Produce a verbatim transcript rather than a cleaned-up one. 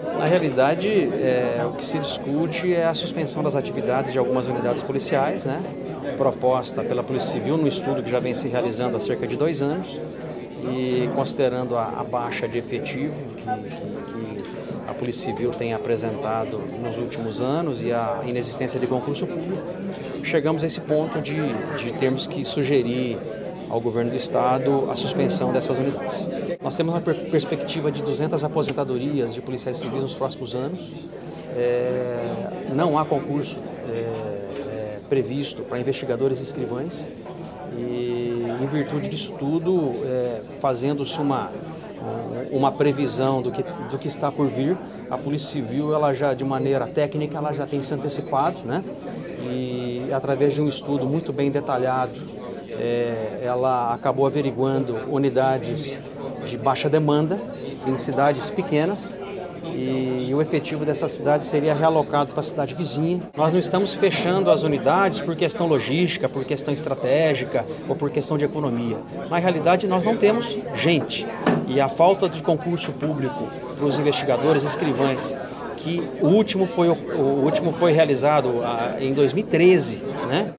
Na realidade, é, o que se discute é a suspensão das atividades de algumas unidades policiais, né, proposta pela Polícia Civil no estudo que já vem se realizando há cerca de dois anos e considerando a, a baixa de efetivo que, que, que a Polícia Civil tem apresentado nos últimos anos e a inexistência de concurso público, chegamos a esse ponto de, de termos que sugerir ao governo do estado a suspensão dessas unidades. Nós temos uma per perspectiva de duzentas aposentadorias de policiais civis nos próximos anos. É, não há concurso é, é, previsto para investigadores e escrivães e, em virtude disso tudo, é, fazendo-se uma uma previsão do que, do que está por vir, a Polícia Civil, ela já, de maneira técnica, ela já tem se antecipado, né? E através de um estudo muito bem detalhado, é, ela acabou averiguando unidades de baixa demanda em cidades pequenas e, e o efetivo dessa cidade seria realocado para a cidade vizinha. Nós não estamos fechando as unidades por questão logística, por questão estratégica ou por questão de economia. Na realidade, nós não temos gente. E a falta de concurso público para os investigadores e escrivães, que o último foi, o último foi realizado ah, em dois mil e treze, né?